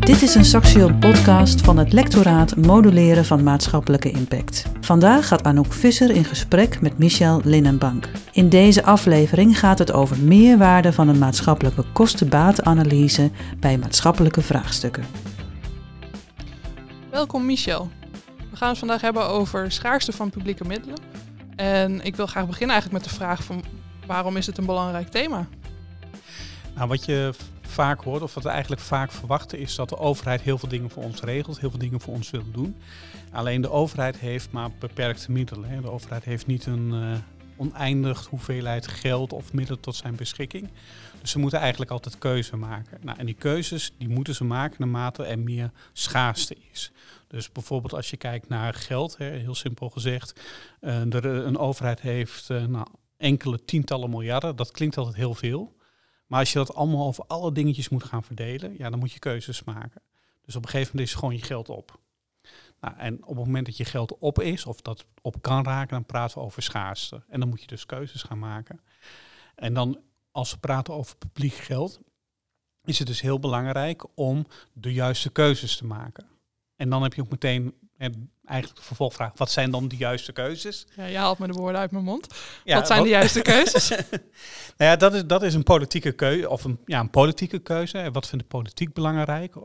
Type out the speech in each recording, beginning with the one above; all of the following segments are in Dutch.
Dit is een Saxion podcast van het lectoraat Moduleren van Maatschappelijke Impact. Vandaag gaat Anouk Visser in gesprek met Michel Linnenbank. In deze aflevering gaat het over meerwaarde van een maatschappelijke kosten-batenanalyse bij maatschappelijke vraagstukken. Welkom Michel. We gaan het vandaag hebben over schaarste van publieke middelen. En ik wil graag beginnen eigenlijk met de vraag van waarom is het een belangrijk thema? Nou, wat je vaak hoort, of wat we eigenlijk vaak verwachten, is dat de overheid heel veel dingen voor ons regelt, heel veel dingen voor ons wil doen. Alleen de overheid heeft maar beperkte middelen. Hè. De overheid heeft niet een oneindig hoeveelheid geld of middelen tot zijn beschikking. Dus ze moeten eigenlijk altijd keuze maken. Nou, en die keuzes die moeten ze maken naarmate er meer schaarste is. Dus bijvoorbeeld als je kijkt naar geld, hè, heel simpel gezegd, een overheid heeft enkele tientallen miljarden, dat klinkt altijd heel veel. Maar als je dat allemaal over alle dingetjes moet gaan verdelen, ja, dan moet je keuzes maken. Dus op een gegeven moment is gewoon je geld op. Nou, en op het moment dat je geld op is, of dat op kan raken, dan praten we over schaarste. En dan moet je dus keuzes gaan maken. En dan, als we praten over publiek geld, is het dus heel belangrijk om de juiste keuzes te maken. En dan heb je ook meteen eigenlijk de vervolgvraag, wat zijn dan de juiste keuzes? Ja, je haalt me de woorden uit mijn mond. Ja, wat zijn de juiste keuzes? Nou ja, dat is een politieke keuze, of een politieke keuze. Wat vindt de politiek belangrijk?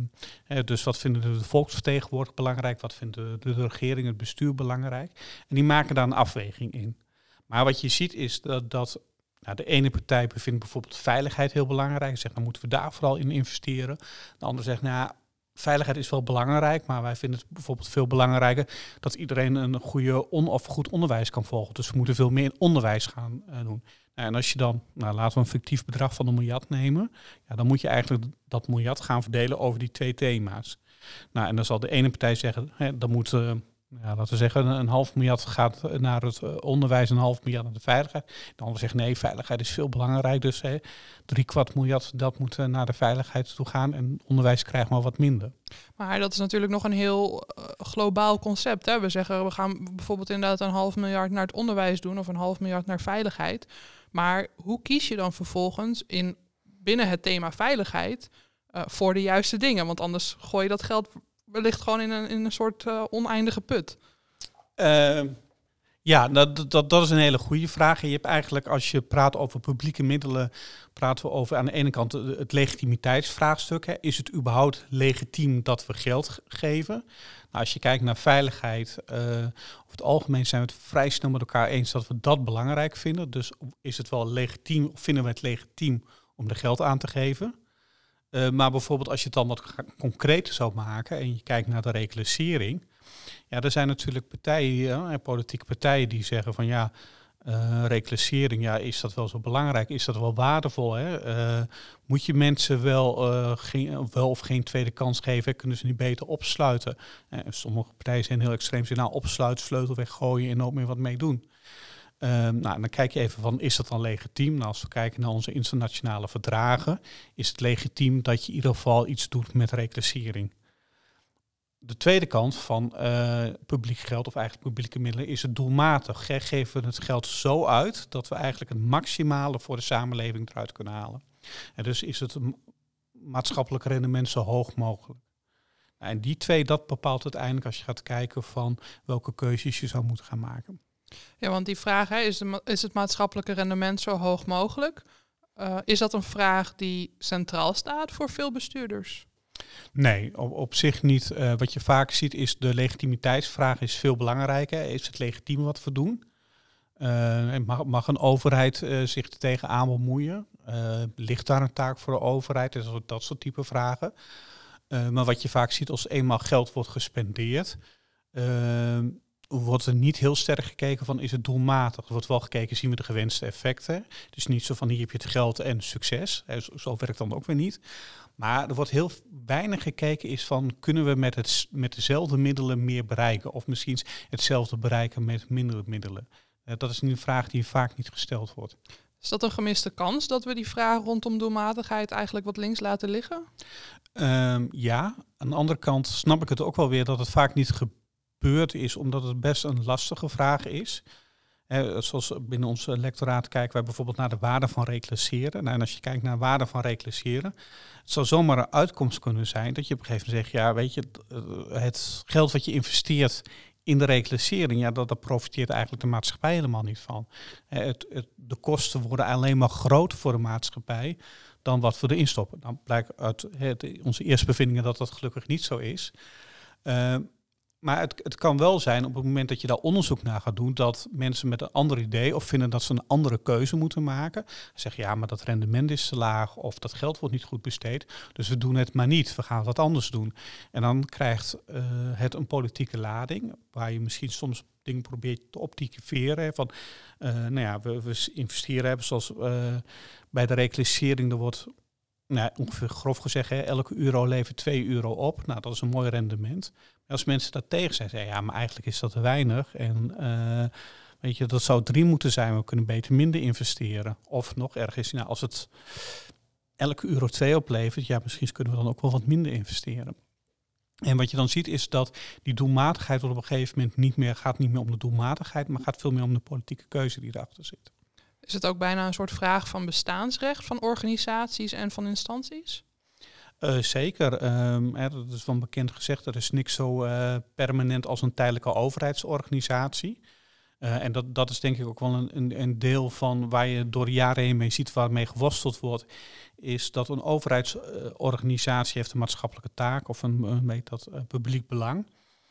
Dus wat vinden de volksvertegenwoordigers belangrijk? Wat vindt de regering, het bestuur belangrijk? En die maken daar een afweging in. Maar wat je ziet is dat de ene partij bevindt bijvoorbeeld veiligheid heel belangrijk. Zegt, dan moeten we daar vooral in investeren. De andere zegt, veiligheid is wel belangrijk, maar wij vinden het bijvoorbeeld veel belangrijker dat iedereen een goed onderwijs kan volgen. Dus we moeten veel meer in onderwijs gaan doen. En als je dan, laten we een fictief bedrag van 1 miljard nemen, ja, dan moet je eigenlijk dat miljard gaan verdelen over die 2 thema's. En dan zal de ene partij zeggen, dan moet, laten we zeggen, 1,5 miljard gaat naar het onderwijs en 1,5 miljard naar de veiligheid. De andere zegt, nee, veiligheid is veel belangrijk, dus 3/4 miljard, dat moet naar de veiligheid toe gaan en onderwijs krijgt maar wat minder. Maar dat is natuurlijk nog een heel globaal concept. Hè? We zeggen, we gaan bijvoorbeeld inderdaad 1,5 miljard naar het onderwijs doen of 1,5 miljard naar veiligheid. Maar hoe kies je dan vervolgens binnen het thema veiligheid voor de juiste dingen? Want anders gooi je dat geld wellicht gewoon in een soort oneindige put. Dat is een hele goede vraag. Je hebt eigenlijk, als je praat over publieke middelen, praten we over aan de ene kant het legitimiteitsvraagstuk. Hè. Is het überhaupt legitiem dat we geld geven? Als je kijkt naar veiligheid, over het algemeen zijn we het vrij snel met elkaar eens dat we dat belangrijk vinden. Dus is het wel legitiem, of vinden we het legitiem om er geld aan te geven? Maar bijvoorbeeld als je het dan wat concreter zou maken en je kijkt naar de reclassering. Ja, er zijn natuurlijk partijen, politieke partijen die zeggen van reclassering, is dat wel zo belangrijk? Is dat wel waardevol? Hè? Moet je mensen wel of geen tweede kans geven? Kunnen ze niet beter opsluiten? Sommige partijen zijn heel extreem, zeggen opsluiten, sleutel weggooien en nooit meer wat mee doen. Dan kijk je even van, is dat dan legitiem? Als we kijken naar onze internationale verdragen, is het legitiem dat je in ieder geval iets doet met reclassering. De tweede kant van publiek geld, of eigenlijk publieke middelen, is het doelmatig. Geven we het geld zo uit dat we eigenlijk het maximale voor de samenleving eruit kunnen halen. En dus is het maatschappelijk rendement zo hoog mogelijk. En die twee, dat bepaalt uiteindelijk als je gaat kijken van welke keuzes je zou moeten gaan maken. Ja, want die vraag, is het maatschappelijke rendement zo hoog mogelijk? Is dat een vraag die centraal staat voor veel bestuurders? Nee, op zich niet. Wat je vaak ziet is de legitimiteitsvraag is veel belangrijker. Is het legitiem wat we doen? Mag een overheid zich er tegenaan bemoeien? Ligt daar een taak voor de overheid? Dat soort type vragen. Maar wat je vaak ziet als eenmaal geld wordt gespendeerd, wordt er niet heel sterk gekeken van is het doelmatig. Er wordt wel gekeken, zien we de gewenste effecten. Dus niet zo van hier heb je het geld en succes. Zo werkt dan ook weer niet. Maar er wordt heel weinig gekeken is van kunnen we met dezelfde middelen meer bereiken. Of misschien hetzelfde bereiken met mindere middelen. Dat is een vraag die vaak niet gesteld wordt. Is dat een gemiste kans dat we die vraag rondom doelmatigheid eigenlijk wat links laten liggen? Ja, aan de andere kant snap ik het ook wel weer dat het vaak niet gebeurd is, omdat het best een lastige vraag is. Zoals binnen ons lectoraat kijken wij bijvoorbeeld naar de waarde van reclasseren. Nou, en als je kijkt naar de waarde van reclasseren, het zou zomaar een uitkomst kunnen zijn dat je op een gegeven moment zegt, ja, weet je, het geld wat je investeert in de reclassering, ja, dat profiteert eigenlijk de maatschappij helemaal niet van. De kosten worden alleen maar groter voor de maatschappij dan wat we erin stoppen. Dan blijkt uit onze eerste bevindingen dat dat gelukkig niet zo is. Maar het kan wel zijn op het moment dat je daar onderzoek naar gaat doen, dat mensen met een ander idee of vinden dat ze een andere keuze moeten maken. Zeggen, ja, maar dat rendement is te laag of dat geld wordt niet goed besteed. Dus we doen het maar niet, we gaan wat anders doen. En dan krijgt het een politieke lading, waar je misschien soms dingen probeert te optimeren. Van, we investeren, zoals bij de reclassering, er wordt ongeveer grof gezegd, elke euro levert 2 euro op. Nou, dat is een mooi rendement. Als mensen daar tegen zijn, zeggen ja, maar eigenlijk is dat te weinig. En weet je, dat zou 3 moeten zijn. We kunnen beter minder investeren. Of nog ergens, als het elke euro 2 oplevert, ja, misschien kunnen we dan ook wel wat minder investeren. En wat je dan ziet is dat die doelmatigheid op een gegeven moment gaat niet meer om de doelmatigheid, maar gaat veel meer om de politieke keuze die erachter zit. Is het ook bijna een soort vraag van bestaansrecht van organisaties en van instanties? Zeker. Dat is wel bekend gezegd. Er is niks zo permanent als een tijdelijke overheidsorganisatie. En dat is denk ik ook wel een deel van waar je door de jaren heen mee ziet waarmee geworsteld wordt. Is dat een overheidsorganisatie heeft een maatschappelijke taak of een publiek belang.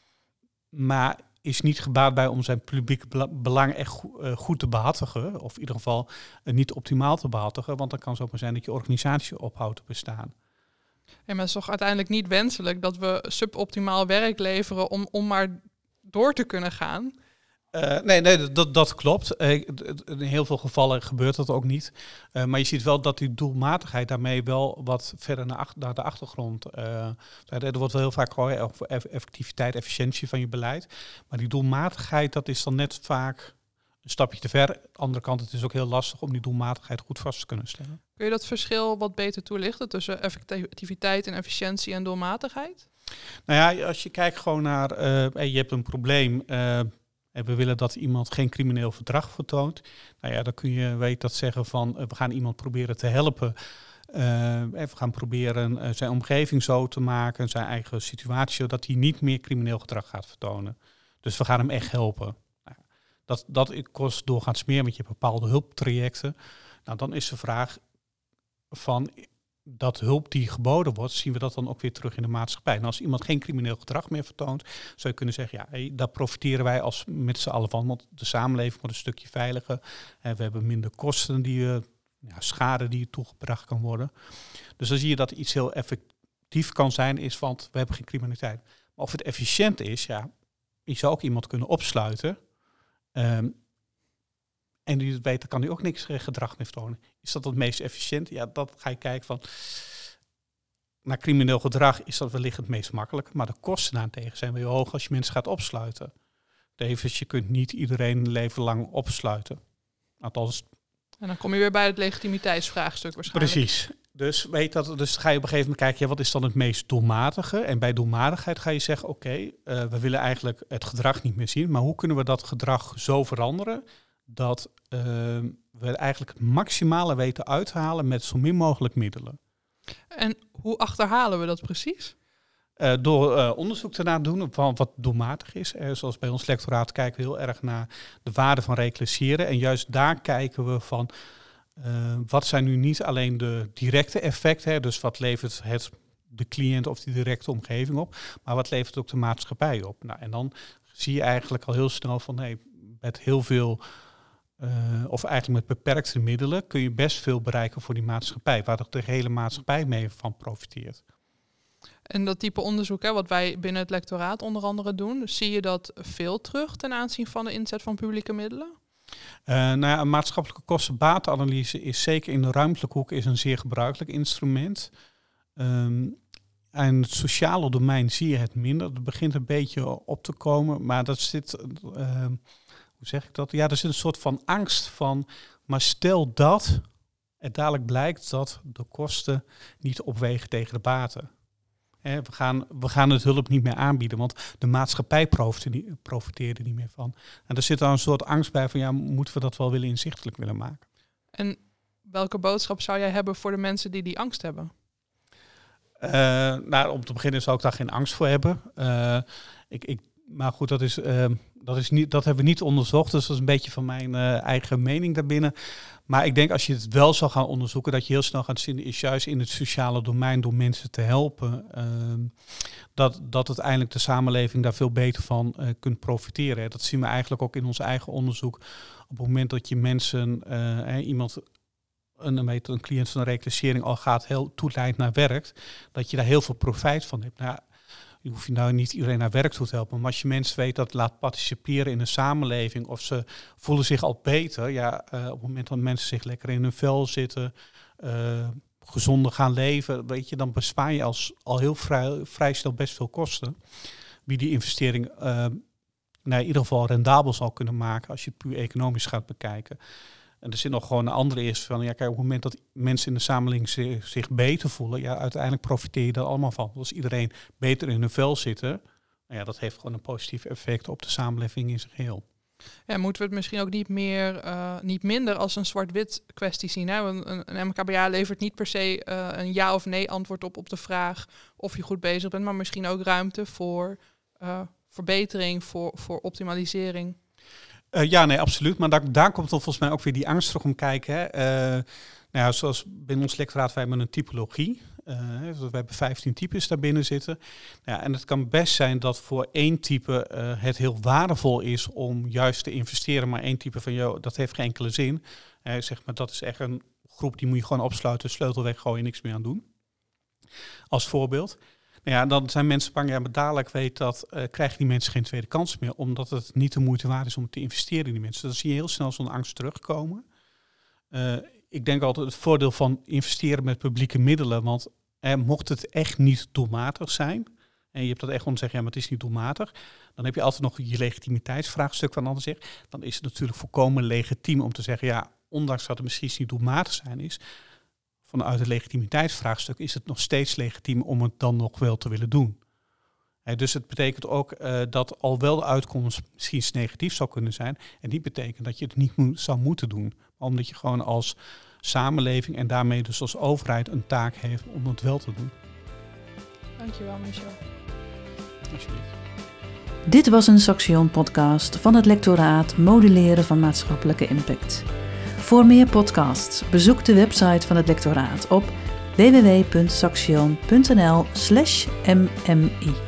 Maar is niet gebaat bij om zijn publiek belang echt goed te behartigen. Of in ieder geval niet optimaal te behartigen. Want dan kan het ook maar zijn dat je organisatie ophoudt te bestaan. Ja, maar het is toch uiteindelijk niet wenselijk dat we suboptimaal werk leveren om maar door te kunnen gaan? Nee, dat klopt. In heel veel gevallen gebeurt dat ook niet. Maar je ziet wel dat die doelmatigheid daarmee wel wat verder naar de achtergrond. Er wordt wel heel vaak over effectiviteit, efficiëntie van je beleid. Maar die doelmatigheid, dat is dan net vaak een stapje te ver. Aan de andere kant, het is ook heel lastig om die doelmatigheid goed vast te kunnen stellen. Kun je dat verschil wat beter toelichten tussen effectiviteit en efficiëntie en doelmatigheid? Nou ja, als je kijkt gewoon naar, je hebt een probleem. En we willen dat iemand geen crimineel gedrag vertoont. Nou ja, dan kun je zeggen van we gaan iemand proberen te helpen. We gaan proberen zijn omgeving zo te maken, zijn eigen situatie, dat hij niet meer crimineel gedrag gaat vertonen. Dus we gaan hem echt helpen. Nou, dat kost doorgaans meer, want je hebt bepaalde hulptrajecten. Nou, dan is de vraag van dat hulp die geboden wordt, zien we dat dan ook weer terug in de maatschappij. En als iemand geen crimineel gedrag meer vertoont, zou je kunnen zeggen, ja, daar profiteren wij met z'n allen van, want de samenleving wordt een stukje veiliger. We hebben minder kosten, schade die toegebracht kan worden. Dus dan zie je dat iets heel effectief kan zijn, is want we hebben geen criminaliteit. Maar of het efficiënt is, ja, je zou ook iemand kunnen opsluiten. En die het weet, dan kan hij ook niks gedrag meer vertonen. Is dat het meest efficiënt? Ja, dat ga je kijken van. Naar crimineel gedrag is dat wellicht het meest makkelijk. Maar de kosten daartegen zijn weer hoog als je mensen gaat opsluiten. Tevens, je kunt niet iedereen een leven lang opsluiten. Althans. En dan kom je weer bij het legitimiteitsvraagstuk waarschijnlijk. Precies. Dus dus ga je op een gegeven moment kijken, ja, wat is dan het meest doelmatige? En bij doelmatigheid ga je zeggen, oké, we willen eigenlijk het gedrag niet meer zien. Maar hoe kunnen we dat gedrag zo veranderen dat we eigenlijk het maximale weten uit te halen met zo min mogelijk middelen? En hoe achterhalen we dat precies? Door onderzoek te laten doen van wat doelmatig is. Zoals bij ons lectoraat kijken we heel erg naar de waarde van reclasseren. En juist daar kijken we van wat zijn nu niet alleen de directe effecten. Dus wat levert het de cliënt of de directe omgeving op. Maar wat levert ook de maatschappij op. Nou, en dan zie je eigenlijk al heel snel van met heel veel of eigenlijk met beperkte middelen kun je best veel bereiken voor die maatschappij, waar de hele maatschappij mee van profiteert. En dat type onderzoek, wat wij binnen het lectoraat onder andere doen, zie je dat veel terug ten aanzien van de inzet van publieke middelen? Een maatschappelijke kosten-batenanalyse is zeker in de ruimtelijke hoek is een zeer gebruikelijk instrument. En het sociale domein zie je het minder. Het begint een beetje op te komen, maar dat zit. Hoe zeg ik dat? Ja, er zit een soort van angst van, maar stel dat het dadelijk blijkt dat de kosten niet opwegen tegen de baten. We gaan het hulp niet meer aanbieden, want de maatschappij profiteert er niet meer van. En er zit dan een soort angst bij van, moeten we dat wel inzichtelijk willen maken? En welke boodschap zou jij hebben voor de mensen die angst hebben? Om te beginnen zou ik daar geen angst voor hebben. Maar goed, dat hebben we niet onderzocht. Dus dat is een beetje van mijn eigen mening daarbinnen. Maar ik denk als je het wel zou gaan onderzoeken, dat je heel snel gaat zien, is juist in het sociale domein door mensen te helpen, dat uiteindelijk de samenleving daar veel beter van kunt profiteren. Dat zien we eigenlijk ook in ons eigen onderzoek. Op het moment dat je mensen, een cliënt van een reclassering al gaat heel toeleid naar werk, dat je daar heel veel profijt van hebt. Nou, je hoeft niet iedereen naar werk toe te helpen, maar als je mensen weet dat laat participeren in een samenleving of ze voelen zich al beter, op het moment dat mensen zich lekker in hun vel zitten, gezonder gaan leven, dan bespaar je al heel vrij snel best veel kosten. Wie die investering in ieder geval rendabel zal kunnen maken als je het puur economisch gaat bekijken. En er zit nog gewoon een andere eerste van, kijk, op het moment dat mensen in de samenleving zich beter voelen, uiteindelijk profiteer je daar allemaal van. Als iedereen beter in hun vel zit, dat heeft gewoon een positief effect op de samenleving in zijn geheel. Ja, moeten we het misschien ook niet minder als een zwart-wit kwestie zien? Hè? Een MKBA levert niet per se een ja of nee antwoord op de vraag of je goed bezig bent, maar misschien ook ruimte voor verbetering, voor optimalisering. Absoluut. Maar daar komt dan volgens mij ook weer die angst terug om kijken. Hè. Zoals binnen ons lectoraat, wij hebben een typologie. We hebben 15 types daarbinnen zitten. En het kan best zijn dat voor één type het heel waardevol is om juist te investeren. Maar één type van, dat heeft geen enkele zin. Zeg maar, dat is echt een groep die moet je gewoon opsluiten, sleutel weggooien, niks meer aan doen. Als voorbeeld. Dan zijn mensen bang, maar dadelijk krijgen die mensen geen tweede kans meer, omdat het niet de moeite waard is om te investeren in die mensen. Dan zie je heel snel zo'n angst terugkomen. Ik denk altijd het voordeel van investeren met publieke middelen, want mocht het echt niet doelmatig zijn, en je hebt dat echt om te zeggen, maar het is niet doelmatig, dan heb je altijd nog je legitimiteitsvraagstuk van ander zegt. Dan is het natuurlijk volkomen legitiem om te zeggen, ondanks dat het misschien niet doelmatig zijn is, vanuit het legitimiteitsvraagstuk is het nog steeds legitiem om het dan nog wel te willen doen. Dus het betekent ook dat al wel de uitkomst misschien negatief zou kunnen zijn. En die betekent dat je het niet zou moeten doen. Maar omdat je gewoon als samenleving en daarmee dus als overheid een taak heeft om het wel te doen. Dankjewel, Michel. Alsjeblieft. Dit was een Saxion-podcast van het lectoraat Moduleren van Maatschappelijke Impact. Voor meer podcasts bezoek de website van het lectoraat op www.saxion.nl/mmi.